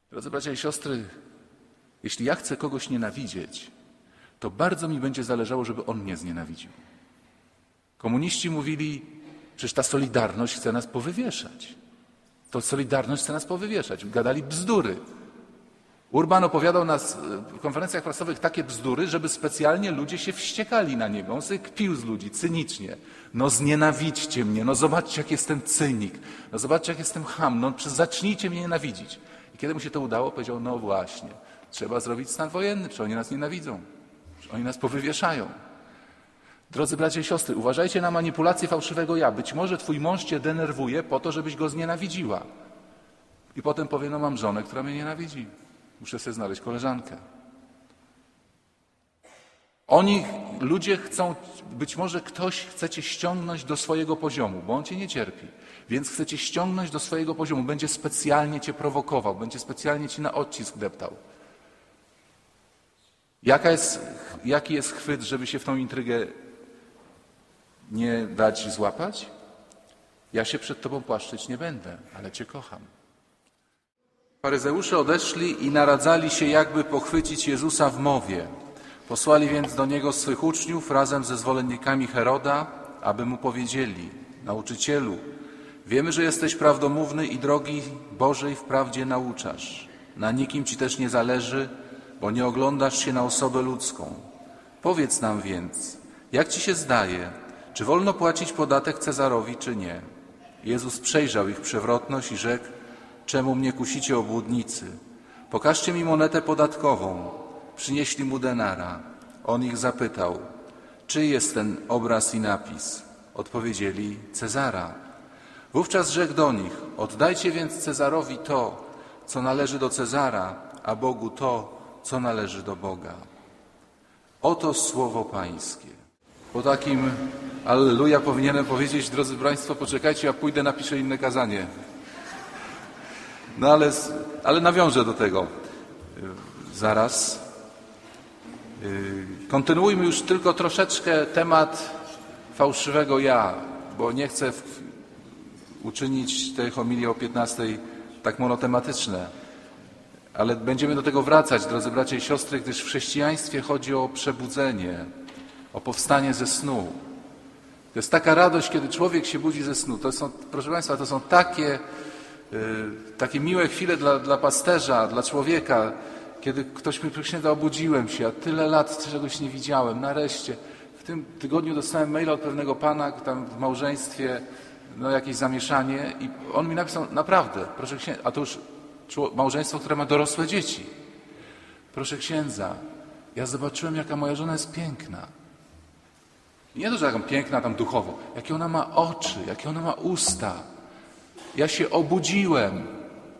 Drodzy bracia i siostry, jeśli ja chcę kogoś nienawidzieć, to bardzo mi będzie zależało, żeby on mnie znienawidził. Komuniści mówili, przecież ta Solidarność chce nas powywieszać. To Solidarność chce nas powywieszać. Gadali bzdury. Urban opowiadał nas w konferencjach prasowych takie bzdury, żeby specjalnie ludzie się wściekali na niego. On sobie kpił z ludzi cynicznie. No znienawidźcie mnie, no zobaczcie jak jestem cynik, no zobaczcie jak jestem cham, no zacznijcie mnie nienawidzić. I kiedy mu się to udało, powiedział, no właśnie, trzeba zrobić stan wojenny, przecież oni nas nienawidzą, przecież oni nas powywieszają. Drodzy bracia i siostry, uważajcie na manipulację fałszywego ja. Być może twój mąż cię denerwuje po to, żebyś go znienawidziła. I potem powie, no mam żonę, która mnie nienawidzi. Muszę sobie znaleźć koleżankę. Ludzie chcą, być może ktoś chce cię ściągnąć do swojego poziomu, bo on cię nie cierpi. Więc chce cię ściągnąć do swojego poziomu. Będzie specjalnie cię prowokował, będzie specjalnie ci na odcisk deptał. Jaki jest chwyt, żeby się w tą intrygę nie dać złapać? Ja się przed tobą płaszczyć nie będę, ale cię kocham. Faryzeusze odeszli i naradzali się, jakby pochwycić Jezusa w mowie. Posłali więc do Niego swych uczniów razem ze zwolennikami Heroda, aby Mu powiedzieli, nauczycielu, wiemy, że jesteś prawdomówny i drogi Bożej wprawdzie nauczasz. Na nikim Ci też nie zależy, bo nie oglądasz się na osobę ludzką. Powiedz nam więc, jak Ci się zdaje, czy wolno płacić podatek Cezarowi, czy nie? Jezus przejrzał ich przewrotność i rzekł, czemu mnie kusicie, obłudnicy? Pokażcie mi monetę podatkową. Przynieśli mu denara. On ich zapytał, czyj jest ten obraz i napis? Odpowiedzieli, Cezara. Wówczas rzekł do nich, oddajcie więc Cezarowi to, co należy do Cezara, a Bogu to, co należy do Boga. Oto słowo Pańskie. Po takim alleluja powinienem powiedzieć, drodzy Państwo, poczekajcie, ja pójdę, napiszę inne kazanie. No ale nawiążę do tego zaraz. Kontynuujmy już tylko troszeczkę temat fałszywego ja, bo nie chcę uczynić tej homilii o 15 tak monotematyczne. Ale będziemy do tego wracać, drodzy bracia i siostry, gdyż w chrześcijaństwie chodzi o przebudzenie, o powstanie ze snu. To jest taka radość, kiedy człowiek się budzi ze snu. To są, proszę Państwa, to są takie miłe chwile dla pasterza, dla człowieka, kiedy ktoś mi przyśniada, obudziłem się, a tyle lat czegoś nie widziałem. Nareszcie w tym tygodniu dostałem maila od pewnego pana, tam w małżeństwie, no jakieś zamieszanie i on mi napisał, naprawdę, proszę księdza, a to już małżeństwo, które ma dorosłe dzieci. Proszę księdza, ja zobaczyłem, jaka moja żona jest piękna. I nie to, że jaką piękna tam duchowo, jakie ona ma oczy, jakie ona ma usta. Ja się obudziłem.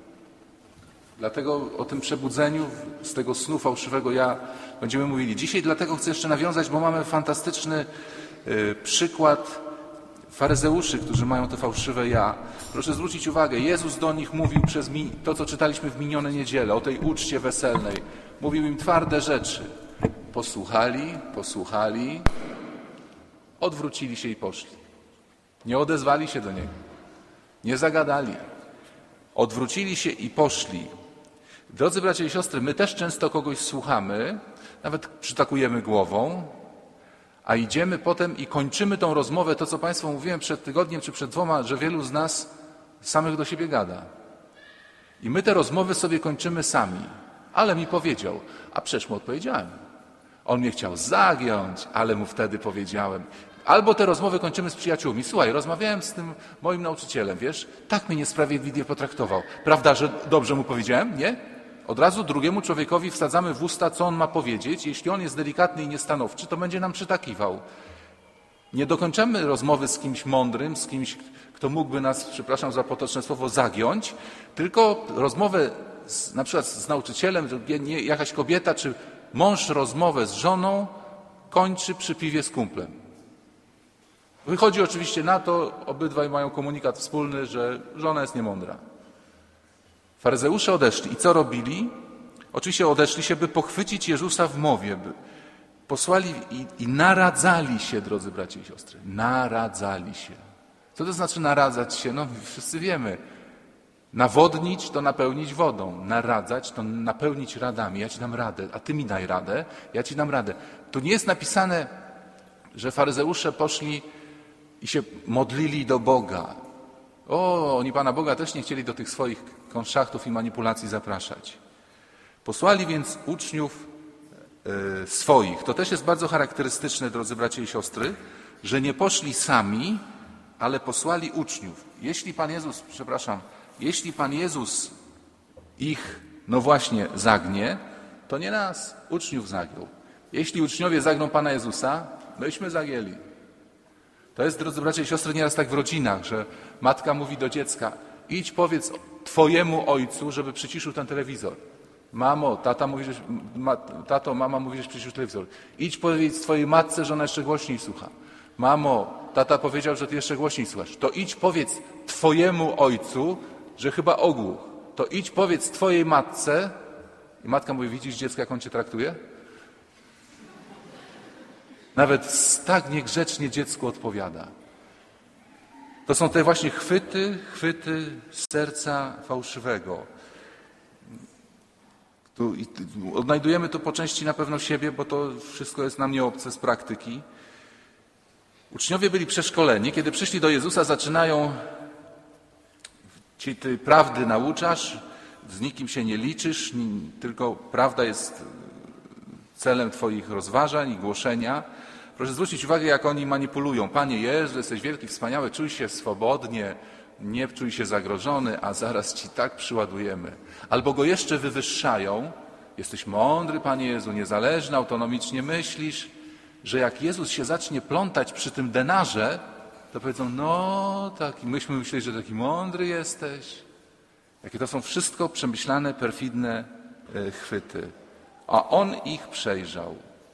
Dlatego o tym przebudzeniu z tego snu fałszywego ja będziemy mówili. Dzisiaj dlatego chcę jeszcze nawiązać, bo mamy fantastyczny przykład faryzeuszy, którzy mają to fałszywe ja. Proszę zwrócić uwagę, Jezus do nich mówił przez to, co czytaliśmy w minione niedzielę, o tej uczcie weselnej. Mówił im twarde rzeczy. Posłuchali, odwrócili się i poszli. Nie odezwali się do Niego. Nie zagadali. Odwrócili się i poszli. Drodzy bracia i siostry, my też często kogoś słuchamy, nawet przytakujemy głową, a idziemy potem i kończymy tą rozmowę, to co Państwu mówiłem przed tygodniem czy przed 2, że wielu z nas samych do siebie gada. I my te rozmowy sobie kończymy sami. Ale mi powiedział, a przecież mu odpowiedziałem. On mnie chciał zagiąć, ale mu wtedy powiedziałem. Albo te rozmowy kończymy z przyjaciółmi. Słuchaj, rozmawiałem z tym moim nauczycielem, wiesz, tak mnie niesprawiedliwie potraktował. Prawda, że dobrze mu powiedziałem? Nie? Od razu drugiemu człowiekowi wsadzamy w usta, co on ma powiedzieć. Jeśli on jest delikatny i niestanowczy, to będzie nam przytakiwał. Nie dokończamy rozmowy z kimś mądrym, z kimś, kto mógłby nas, przepraszam za potoczne słowo, zagiąć, tylko rozmowę na przykład z nauczycielem, jakaś kobieta czy mąż rozmowę z żoną kończy przy piwie z kumplem. Wychodzi oczywiście na to, obydwaj mają komunikat wspólny, że żona jest niemądra. Faryzeusze odeszli. I co robili? Oczywiście odeszli się, by pochwycić Jezusa w mowie. Posłali i naradzali się, drodzy bracia i siostry. Naradzali się. Co to znaczy naradzać się? No wszyscy wiemy. Nawodnić to napełnić wodą, naradzać to napełnić radami. Ja ci dam radę, a ty mi daj radę, ja ci dam radę. Tu nie jest napisane, że faryzeusze poszli i się modlili do Boga. Oni Pana Boga też nie chcieli do tych swoich konszachtów i manipulacji zapraszać. Posłali więc uczniów swoich. To też jest bardzo charakterystyczne, drodzy bracia i siostry, że nie poszli sami, ale posłali uczniów. Jeśli Pan Jezus ich, no właśnie, zagnie, to nie nas, uczniów zagiął. Jeśli uczniowie zagną Pana Jezusa, myśmy zagięli. To jest, drodzy bracia i siostry, nieraz tak w rodzinach, że matka mówi do dziecka: idź powiedz twojemu ojcu, żeby przyciszył ten telewizor. Mamo, mama mówi, że przyciszył telewizor. Idź powiedz twojej matce, że ona jeszcze głośniej słucha. Mamo, tata powiedział, że ty jeszcze głośniej słuchasz. To idź powiedz twojemu ojcu, że chyba ogłuch. To idź powiedz twojej matce. I matka mówi: widzisz dziecko, jak on cię traktuje? Nawet tak niegrzecznie dziecku odpowiada. To są te właśnie chwyty serca fałszywego. Odnajdujemy to po części na pewno siebie, bo to wszystko jest nam nieobce z praktyki. Uczniowie byli przeszkoleni. Kiedy przyszli do Jezusa, zaczynają: ty prawdy nauczasz, z nikim się nie liczysz, tylko prawda jest celem twoich rozważań i głoszenia. Proszę zwrócić uwagę, jak oni manipulują. Panie Jezu, jesteś wielki, wspaniały, czuj się swobodnie, nie czuj się zagrożony, a zaraz ci tak przyładujemy. Albo go jeszcze wywyższają. Jesteś mądry, Panie Jezu, niezależny, autonomicznie myślisz, że jak Jezus się zacznie plątać przy tym denarze, to powiedzą: no tak, myśmy myśleli, że taki mądry jesteś. Jakie to są wszystko przemyślane, perfidne chwyty. A On ich przejrzał.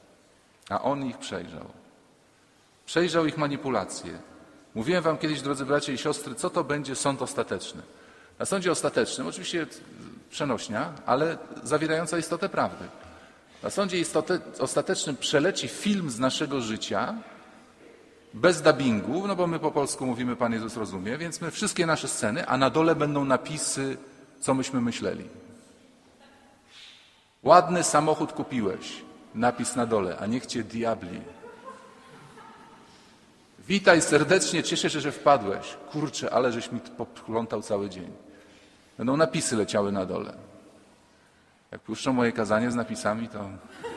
Przejrzał ich manipulacje. Mówiłem wam kiedyś, drodzy bracia i siostry, co to będzie sąd ostateczny. Na sądzie ostatecznym, oczywiście przenośnia, ale zawierająca istotę prawdy. Na sądzie ostatecznym przeleci film z naszego życia, bez dubbingu, no bo my po polsku mówimy, Pan Jezus rozumie, więc my wszystkie nasze sceny, a na dole będą napisy, co myśmy myśleli. Ładny samochód kupiłeś, napis na dole, a niech cię diabli. Witaj serdecznie, cieszę się, że wpadłeś. Kurczę, ale żeś mi poplątał cały dzień. Będą napisy leciały na dole. Jak puszczą moje kazanie z napisami, to...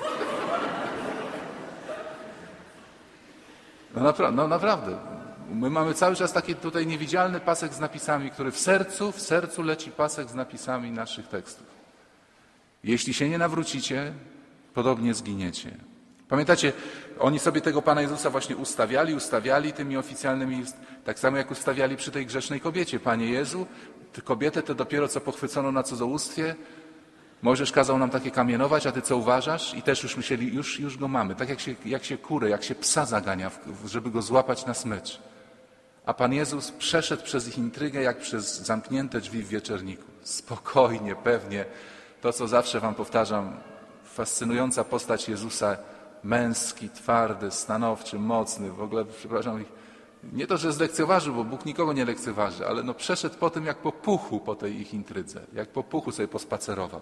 No naprawdę. My mamy cały czas taki tutaj niewidzialny pasek z napisami, który w sercu leci pasek z napisami naszych tekstów. Jeśli się nie nawrócicie, podobnie zginiecie. Pamiętacie, oni sobie tego Pana Jezusa właśnie ustawiali tymi oficjalnymi, tak samo jak ustawiali przy tej grzesznej kobiecie. Panie Jezu, tę kobietę to dopiero co pochwycono na cudzołóstwie, Mojżesz kazał nam takie kamienować, a ty co uważasz? I też już myśleli, już go mamy. Tak jak się kurę, jak się psa zagania, żeby go złapać na smycz. A Pan Jezus przeszedł przez ich intrygę, jak przez zamknięte drzwi w wieczorniku. Spokojnie, pewnie. To, co zawsze wam powtarzam, fascynująca postać Jezusa, męski, twardy, stanowczy, mocny. W ogóle, przepraszam, nie to, że zlekceważył, bo Bóg nikogo nie lekceważy, ale przeszedł po tym jak po puchu po tej ich intrydze. Jak po puchu sobie pospacerował.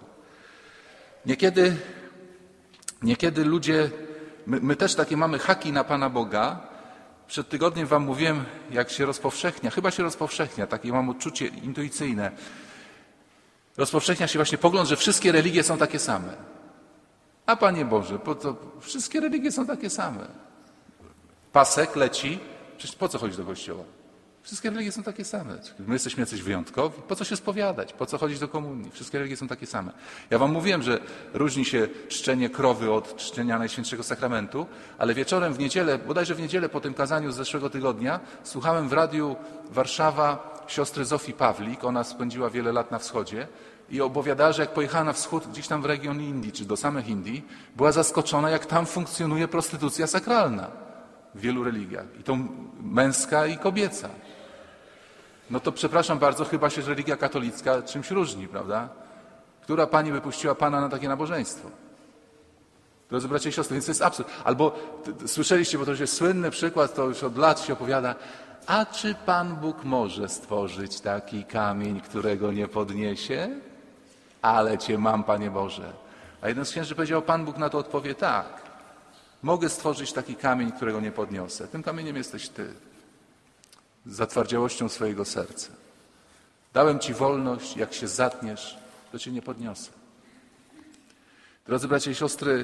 Niekiedy ludzie, my też takie mamy haki na Pana Boga. Przed tygodniem wam mówiłem, jak się rozpowszechnia, chyba się rozpowszechnia, takie mam odczucie intuicyjne. Rozpowszechnia się właśnie pogląd, że wszystkie religie są takie same. A Panie Boże, wszystkie religie są takie same. Pasek leci, przecież po co chodzić do kościoła? Wszystkie religie są takie same. My jesteśmy jacyś wyjątkowi. Po co się spowiadać? Po co chodzić do komunii? Wszystkie religie są takie same. Ja wam mówiłem, że różni się czczenie krowy od czczenia Najświętszego Sakramentu, ale wieczorem w niedzielę, bodajże w niedzielę po tym kazaniu z zeszłego tygodnia, słuchałem w radiu Warszawa siostry Zofii Pawlik. Ona spędziła wiele lat na wschodzie i opowiadała, że jak pojechała na wschód, gdzieś tam w region Indii, czy do samych Indii, była zaskoczona, jak tam funkcjonuje prostytucja sakralna w wielu religiach. I to męska i kobieca. No to przepraszam bardzo, chyba się religia katolicka czymś różni, prawda? Która pani wypuściła Pana na takie nabożeństwo? Drodzy bracia i siostry, więc to jest absurd. Albo słyszeliście, bo to już jest słynny przykład, to już od lat się opowiada, a czy Pan Bóg może stworzyć taki kamień, którego nie podniesie? Ale Cię mam, Panie Boże. A jeden z księży powiedział, Pan Bóg na to odpowie tak. Mogę stworzyć taki kamień, którego nie podniosę. Tym kamieniem jesteś Ty. Z zatwardziałością swojego serca. Dałem Ci wolność, jak się zatniesz, to Cię nie podniosę. Drodzy bracia i siostry,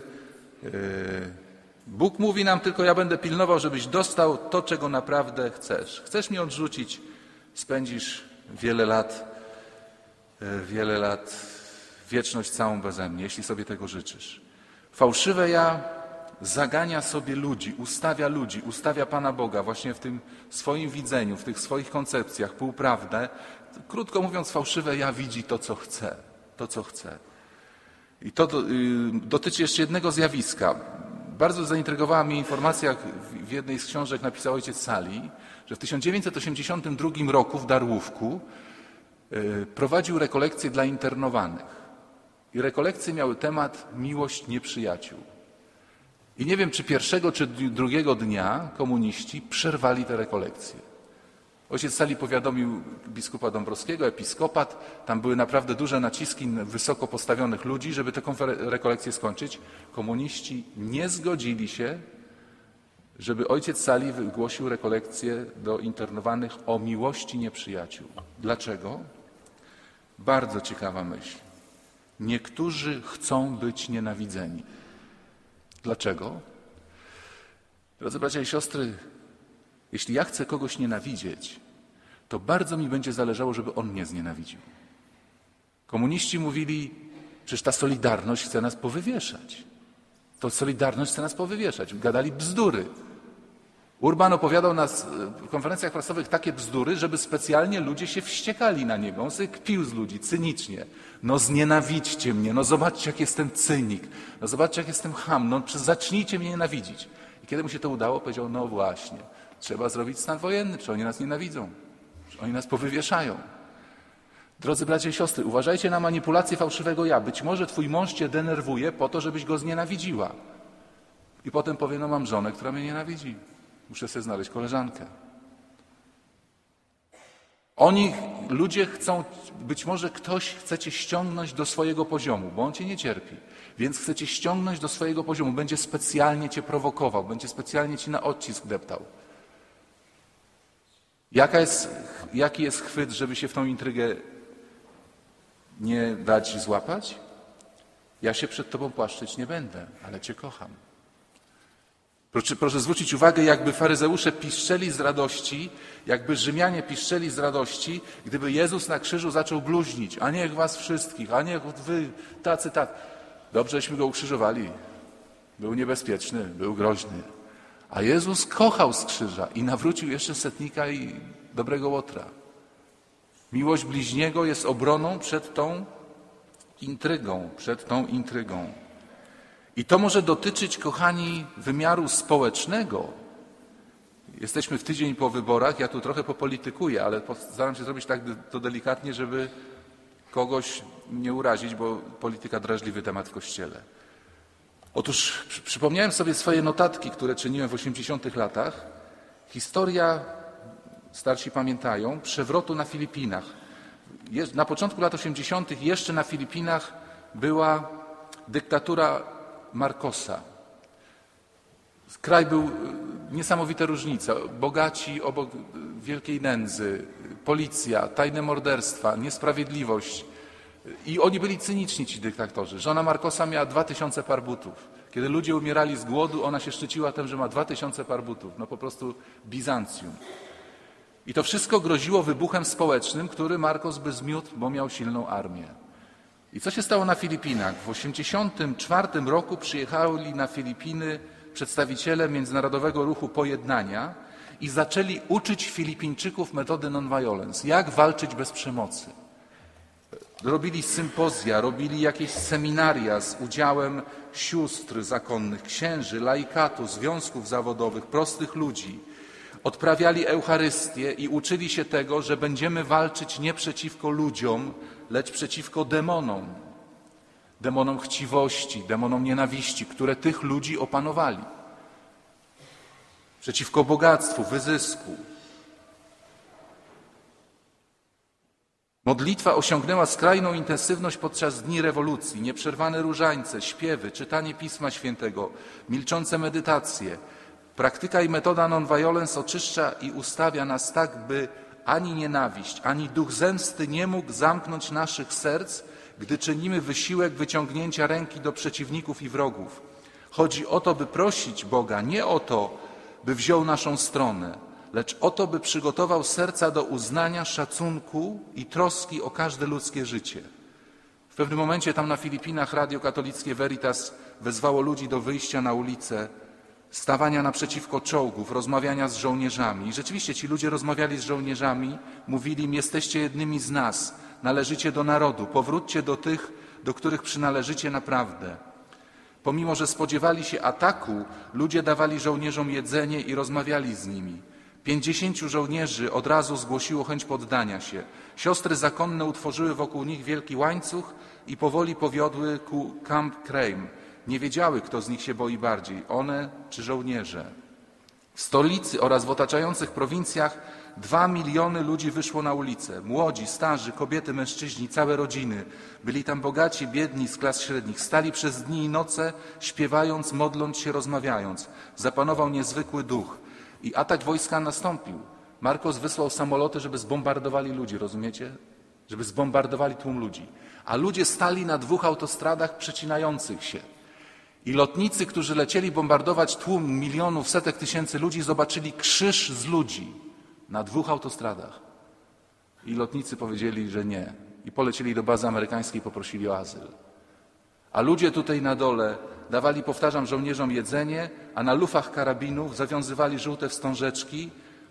Bóg mówi nam tylko, ja będę pilnował, żebyś dostał to, czego naprawdę chcesz. Chcesz mnie odrzucić, spędzisz wiele lat, wieczność całą beze mnie, jeśli sobie tego życzysz. Fałszywe ja zagania sobie ludzi, ustawia Pana Boga właśnie w tym swoim widzeniu, w tych swoich koncepcjach, półprawdę. Krótko mówiąc, fałszywe ja widzi to, co chce. I to dotyczy jeszcze jednego zjawiska. Bardzo zaintrygowała mnie informacja, w jednej z książek napisał ojciec Sali, że w 1982 roku w Darłówku prowadził rekolekcje dla internowanych. I rekolekcje miały temat miłość nieprzyjaciół. I nie wiem, czy pierwszego, czy drugiego dnia komuniści przerwali te rekolekcje. Ojciec Sali powiadomił biskupa Dąbrowskiego, episkopat. Tam były naprawdę duże naciski wysoko postawionych ludzi, żeby te rekolekcje skończyć. Komuniści nie zgodzili się, żeby ojciec Sali wygłosił rekolekcje do internowanych o miłości nieprzyjaciół. Dlaczego? Bardzo ciekawa myśl. Niektórzy chcą być nienawidzeni. Dlaczego? Drodzy bracia i siostry, jeśli ja chcę kogoś nienawidzieć, to bardzo mi będzie zależało, żeby on mnie znienawidził. Komuniści mówili, przecież ta Solidarność chce nas powywieszać. To Solidarność chce nas powywieszać. Gadali bzdury. Urban opowiadał nas w konferencjach prasowych takie bzdury, żeby specjalnie ludzie się wściekali na niego. On sobie kpił z ludzi cynicznie. No znienawidźcie mnie, no zobaczcie, jak jestem cynik, no zobaczcie, jak jestem cham, no zacznijcie mnie nienawidzić. I kiedy mu się to udało, powiedział, no właśnie, trzeba zrobić stan wojenny, czy oni nas nienawidzą, czy oni nas powywieszają. Drodzy bracia i siostry, uważajcie na manipulację fałszywego ja. Być może twój mąż cię denerwuje po to, żebyś go znienawidziła. I potem powie, no mam żonę, która mnie nienawidzi. Muszę sobie znaleźć koleżankę. Ludzie chcą, być może ktoś chce cię ściągnąć do swojego poziomu, bo on cię nie cierpi. Więc chce cię ściągnąć do swojego poziomu, będzie specjalnie cię prowokował, będzie specjalnie ci na odcisk deptał. Jaki jest chwyt, żeby się w tą intrygę nie dać złapać? Ja się przed tobą płaszczyć nie będę, ale cię kocham. Proszę zwrócić uwagę, jakby faryzeusze piszczeli z radości, jakby Rzymianie piszczeli z radości, gdyby Jezus na krzyżu zaczął bluźnić. A niech was wszystkich, a niech wy tacy. Dobrze, żeśmy go ukrzyżowali. Był niebezpieczny, był groźny. A Jezus kochał z krzyża i nawrócił jeszcze setnika i dobrego łotra. Miłość bliźniego jest obroną przed tą intrygą. I to może dotyczyć, kochani, wymiaru społecznego. Jesteśmy w tydzień po wyborach, ja tu trochę popolitykuję, ale staram się zrobić tak to delikatnie, żeby kogoś nie urazić, bo polityka drażliwy temat w Kościele. Otóż przypomniałem sobie swoje notatki, które czyniłem w 80 latach. Historia, starsi pamiętają, przewrotu na Filipinach. Na początku lat 80. jeszcze na Filipinach była dyktatura Marcosa. Kraj był niesamowite różnice. Bogaci obok wielkiej nędzy, policja, tajne morderstwa, niesprawiedliwość. I oni byli cyniczni, ci dyktatorzy. Żona Marcosa miała 2000 par butów. Kiedy ludzie umierali z głodu, ona się szczyciła tym, że ma 2000 par butów. No po prostu Bizancjum. I to wszystko groziło wybuchem społecznym, który Marcos by zmiótł, bo miał silną armię. I co się stało na Filipinach? W 1984 roku przyjechali na Filipiny przedstawiciele Międzynarodowego Ruchu Pojednania i zaczęli uczyć Filipińczyków metody non-violence. Jak walczyć bez przemocy. Robili sympozja, robili jakieś seminaria z udziałem sióstr zakonnych, księży, laikatu, związków zawodowych, prostych ludzi. Odprawiali Eucharystię i uczyli się tego, że będziemy walczyć nie przeciwko ludziom, lecz przeciwko demonom. Demonom chciwości, demonom nienawiści, które tych ludzi opanowali. Przeciwko bogactwu, wyzysku. Modlitwa osiągnęła skrajną intensywność podczas dni rewolucji. Nieprzerwane różańce, śpiewy, czytanie Pisma Świętego, milczące medytacje. Praktyka i metoda non-violence oczyszcza i ustawia nas tak, by ani nienawiść, ani duch zemsty nie mógł zamknąć naszych serc, gdy czynimy wysiłek wyciągnięcia ręki do przeciwników i wrogów. Chodzi o to, by prosić Boga, nie o to, by wziął naszą stronę, lecz o to, by przygotował serca do uznania, szacunku i troski o każde ludzkie życie. W pewnym momencie tam na Filipinach radio katolickie Veritas wezwało ludzi do wyjścia na ulicę, stawania naprzeciwko czołgów, rozmawiania z żołnierzami. I rzeczywiście ci ludzie rozmawiali z żołnierzami, mówili im: jesteście jednymi z nas, należycie do narodu, powróćcie do tych, do których przynależycie naprawdę. Pomimo że spodziewali się ataku, ludzie dawali żołnierzom jedzenie i rozmawiali z nimi. 50 żołnierzy od razu zgłosiło chęć poddania się. Siostry zakonne utworzyły wokół nich wielki łańcuch i powoli powiodły ku Camp Crame. Nie wiedziały, kto z nich się boi bardziej, one czy żołnierze. W stolicy oraz w otaczających prowincjach 2 miliony ludzi wyszło na ulicę. Młodzi, starzy, kobiety, mężczyźni, całe rodziny. Byli tam bogaci, biedni z klas średnich. Stali przez dni i noce, śpiewając, modląc się, rozmawiając. Zapanował niezwykły duch. I atak wojska nastąpił. Marcos wysłał samoloty, żeby zbombardowali ludzi, rozumiecie? Żeby zbombardowali tłum ludzi. A ludzie stali na 2 autostradach przecinających się. I lotnicy, którzy lecieli bombardować tłum milionów, setek tysięcy ludzi, zobaczyli krzyż z ludzi na 2 autostradach. I lotnicy powiedzieli, że nie. I polecieli do bazy amerykańskiej i poprosili o azyl. A ludzie tutaj na dole dawali, powtarzam, żołnierzom jedzenie, a na lufach karabinów zawiązywali żółte wstążeczki,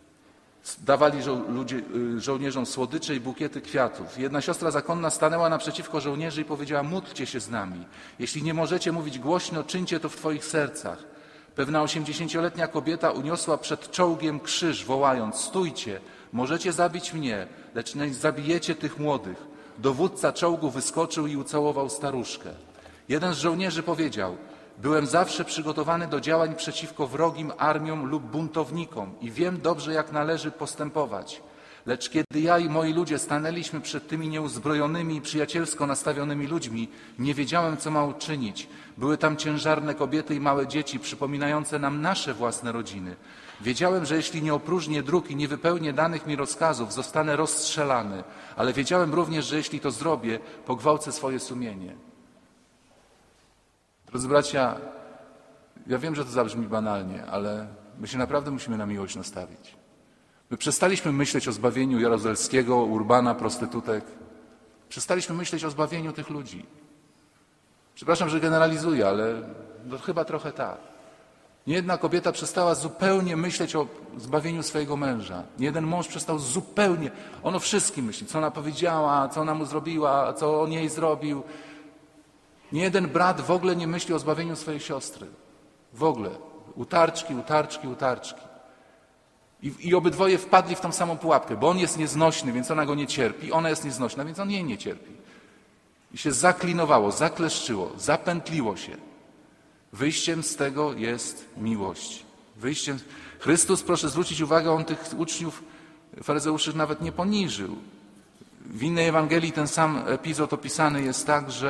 dawali żołnierzom słodycze i bukiety kwiatów. Jedna siostra zakonna stanęła naprzeciwko żołnierzy i powiedziała: módlcie się z nami. Jeśli nie możecie mówić głośno, czyńcie to w twoich sercach. Pewna 80-letnia kobieta uniosła przed czołgiem krzyż, wołając: stójcie, możecie zabić mnie, lecz nie zabijecie tych młodych. Dowódca czołgu wyskoczył i ucałował staruszkę. Jeden z żołnierzy powiedział: byłem zawsze przygotowany do działań przeciwko wrogim armiom lub buntownikom i wiem dobrze, jak należy postępować. Lecz kiedy ja i moi ludzie stanęliśmy przed tymi nieuzbrojonymi i przyjacielsko nastawionymi ludźmi, nie wiedziałem, co mam uczynić. Były tam ciężarne kobiety i małe dzieci, przypominające nam nasze własne rodziny. Wiedziałem, że jeśli nie opróżnię dróg i nie wypełnię danych mi rozkazów, zostanę rozstrzelany, ale wiedziałem również, że jeśli to zrobię, pogwałcę swoje sumienie. Drodzy bracia, ja wiem, że to zabrzmi banalnie, ale my się naprawdę musimy na miłość nastawić. My przestaliśmy myśleć o zbawieniu Jaruzelskiego, Urbana, prostytutek. Przestaliśmy myśleć o zbawieniu tych ludzi. Przepraszam, że generalizuję, ale no, chyba trochę tak. Niejedna kobieta przestała zupełnie myśleć o zbawieniu swojego męża. Niejeden mąż przestał zupełnie, on o wszystkim myśli, co ona powiedziała, co ona mu zrobiła, co on jej zrobił. Niejeden brat w ogóle nie myśli o zbawieniu swojej siostry. W ogóle. Utarczki. I obydwoje wpadli w tą samą pułapkę, bo on jest nieznośny, więc ona go nie cierpi, ona jest nieznośna, więc on jej nie cierpi. I się zaklinowało, zakleszczyło, zapętliło się. Wyjściem z tego jest miłość. Chrystus, proszę zwrócić uwagę, on tych uczniów faryzeuszy nawet nie poniżył. W innej Ewangelii ten sam epizod opisany jest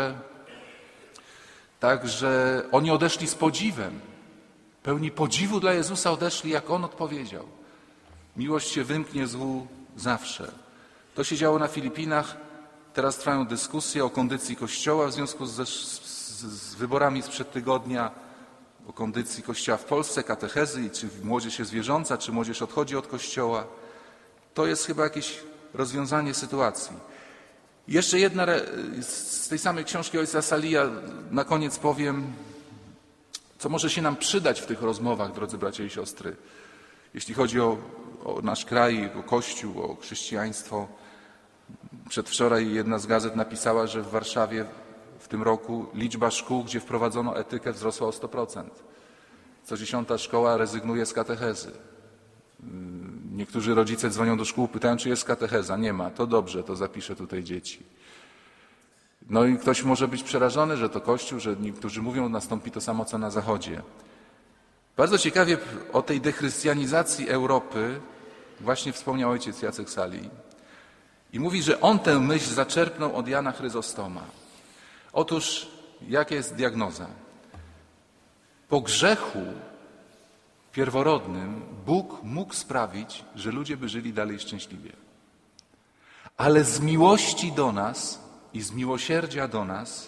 tak, że oni odeszli z podziwem. Pełni podziwu dla Jezusa odeszli, jak On odpowiedział. Miłość się wymknie złu zawsze. To się działo na Filipinach. Teraz trwają dyskusje o kondycji Kościoła w związku z wyborami sprzed tygodnia, o kondycji Kościoła w Polsce, katechezy, czy młodzież jest wierząca, czy młodzież odchodzi od Kościoła. To jest chyba jakieś rozwiązanie sytuacji. Jeszcze jedna z tej samej książki ojca Salija na koniec powiem, co może się nam przydać w tych rozmowach, drodzy bracia i siostry, jeśli chodzi o nasz kraj, o Kościół, o chrześcijaństwo. Przedwczoraj jedna z gazet napisała, że w Warszawie w tym roku liczba szkół, gdzie wprowadzono etykę, wzrosła o 100%. Co 10. szkoła rezygnuje z katechezy. Niektórzy rodzice dzwonią do szkół, pytają, czy jest katecheza. Nie ma. To dobrze, to zapiszę tutaj dzieci. No i ktoś może być przerażony, że to Kościół, że niektórzy mówią, nastąpi to samo, co na Zachodzie. Bardzo ciekawie o tej dechrystianizacji Europy właśnie wspomniał ojciec Jacek Sali. I mówi, że on tę myśl zaczerpnął od Jana Chryzostoma. Otóż, jaka jest diagnoza? Po grzechu pierworodnym Bóg mógł sprawić, że ludzie by żyli dalej szczęśliwie. Ale z miłości do nas i z miłosierdzia do nas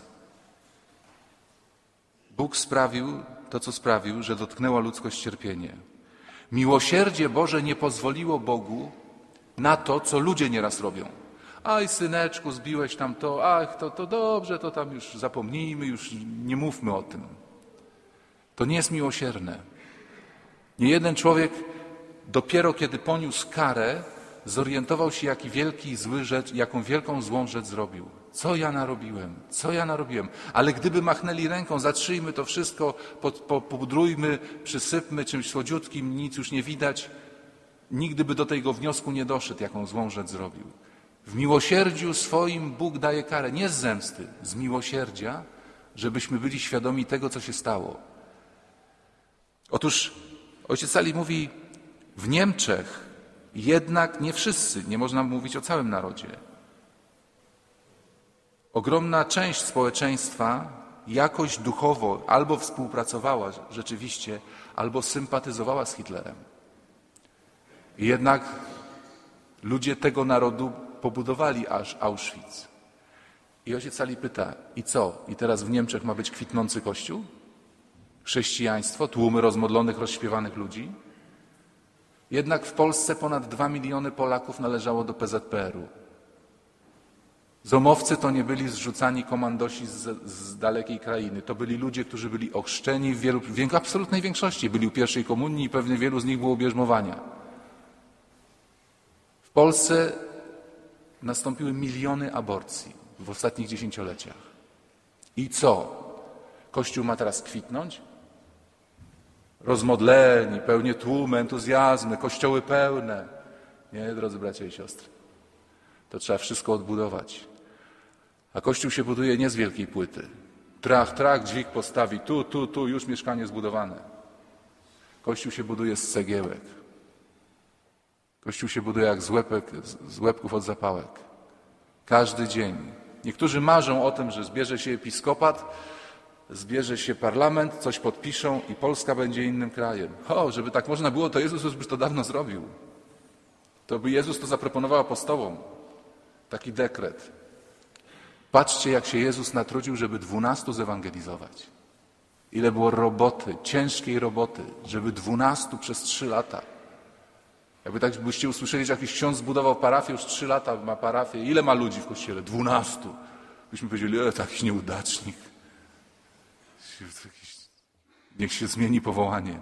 Bóg sprawił to, co sprawił, że dotknęła ludzkość cierpienie. Miłosierdzie Boże nie pozwoliło Bogu na to, co ludzie nieraz robią. Aj, syneczku, zbiłeś tam to, ach, to dobrze, to tam już zapomnijmy, już nie mówmy o tym. To nie jest miłosierne. Nie jeden człowiek dopiero kiedy poniósł karę, zorientował się, jaką wielką złą rzecz zrobił. Co ja narobiłem? Ale gdyby machnęli ręką, zatrzyjmy to wszystko, popudrujmy, przysypmy czymś słodziutkim, nic już nie widać, nigdy by do tego wniosku nie doszedł, jaką złą rzecz zrobił. W miłosierdziu swoim Bóg daje karę, nie z zemsty, z miłosierdzia, żebyśmy byli świadomi tego, co się stało. Otóż ojciec Sali mówi, w Niemczech jednak nie wszyscy, nie można mówić o całym narodzie. Ogromna część społeczeństwa jakoś duchowo albo współpracowała rzeczywiście, albo sympatyzowała z Hitlerem. I jednak ludzie tego narodu pobudowali aż Auschwitz. I ojciec Sali pyta, i co? I teraz w Niemczech ma być kwitnący kościół? Chrześcijaństwo, tłumy rozmodlonych, rozśpiewanych ludzi? Jednak w Polsce ponad 2 miliony Polaków należało do PZPR-u. Zomowcy to nie byli zrzucani komandosi z dalekiej krainy. To byli ludzie, którzy byli ochrzczeni w absolutnej większości. Byli u pierwszej komunii i pewnie wielu z nich było bierzmowania. W Polsce nastąpiły miliony aborcji w ostatnich dziesięcioleciach. I co? Kościół ma teraz kwitnąć? Rozmodleni, pełnie tłumy, entuzjazmy, kościoły pełne. Nie, drodzy bracia i siostry. To trzeba wszystko odbudować. A Kościół się buduje nie z wielkiej płyty. Trach, dźwig postawi, tu, już mieszkanie zbudowane. Kościół się buduje z cegiełek. Kościół się buduje jak z łebków od zapałek. Każdy dzień. Niektórzy marzą o tym, że zbierze się episkopat, zbierze się parlament, coś podpiszą i Polska będzie innym krajem. Żeby tak można było, to Jezus już by to dawno zrobił. To by Jezus to zaproponował apostołom. Taki dekret. Patrzcie, jak się Jezus natrudził, żeby 12 zewangelizować. Ile było roboty, ciężkiej roboty, żeby 12 przez 3 lata. Jakby tak byście usłyszeli, że jakiś ksiądz zbudował parafię, już 3 lata ma parafię. Ile ma ludzi w kościele? 12. Byśmy powiedzieli, taki nieudacznik. Niech się zmieni powołanie.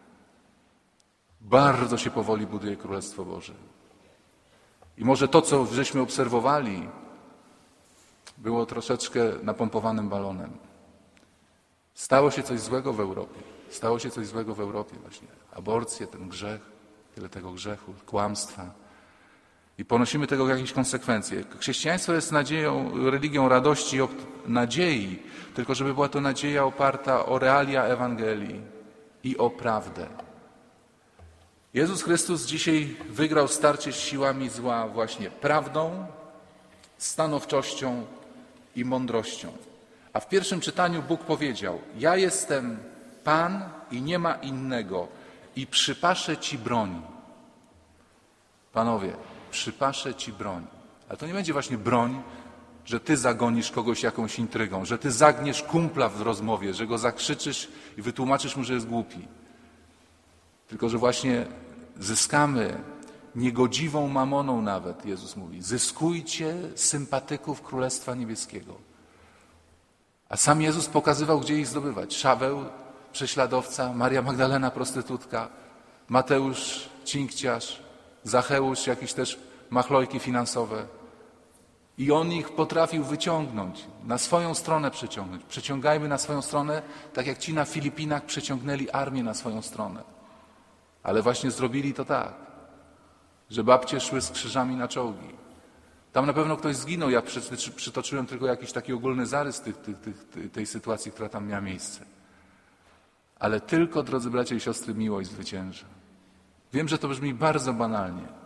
Bardzo się powoli buduje Królestwo Boże. I może to, co żeśmy obserwowali, było troszeczkę napompowanym balonem. Stało się coś złego w Europie. Stało się coś złego w Europie właśnie. Aborcje, ten grzech, tyle tego grzechu, kłamstwa. I ponosimy tego jakieś konsekwencje. Chrześcijaństwo jest religią radości i nadziei, tylko żeby była to nadzieja oparta o realia Ewangelii i o prawdę. Jezus Chrystus dzisiaj wygrał starcie z siłami zła właśnie prawdą, stanowczością i mądrością. A w pierwszym czytaniu Bóg powiedział, ja jestem Pan i nie ma innego i przypaszę Ci broń. Panowie, przypaszę Ci broń. Ale to nie będzie właśnie broń, że Ty zagonisz kogoś jakąś intrygą, że Ty zagniesz kumpla w rozmowie, że go zakrzyczysz i wytłumaczysz mu, że jest głupi. Tylko, że właśnie zyskamy niegodziwą mamoną nawet, Jezus mówi, zyskujcie sympatyków Królestwa Niebieskiego. A sam Jezus pokazywał, gdzie ich zdobywać. Szaweł, prześladowca, Maria Magdalena, prostytutka, Mateusz, cinkciarz, Zacheusz, jakieś też machlojki finansowe. I on ich potrafił wyciągnąć, na swoją stronę przeciągnąć. Przeciągajmy na swoją stronę, tak jak ci na Filipinach przeciągnęli armię na swoją stronę. Ale właśnie zrobili to tak, że babcie szły z krzyżami na czołgi. Tam na pewno ktoś zginął, ja przytoczyłem tylko jakiś taki ogólny zarys tej sytuacji, która tam miała miejsce. Ale tylko, drodzy bracia i siostry, miłość zwycięża. Wiem, że to brzmi bardzo banalnie,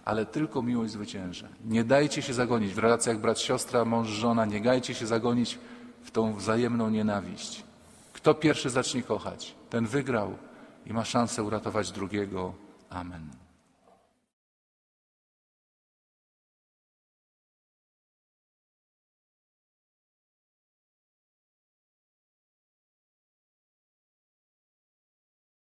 ale tylko miłość zwycięża. Nie dajcie się zagonić w relacjach brat-siostra, mąż-żona, nie dajcie się zagonić w tą wzajemną nienawiść. Kto pierwszy zacznie kochać, ten wygrał i ma szansę uratować drugiego. Amen.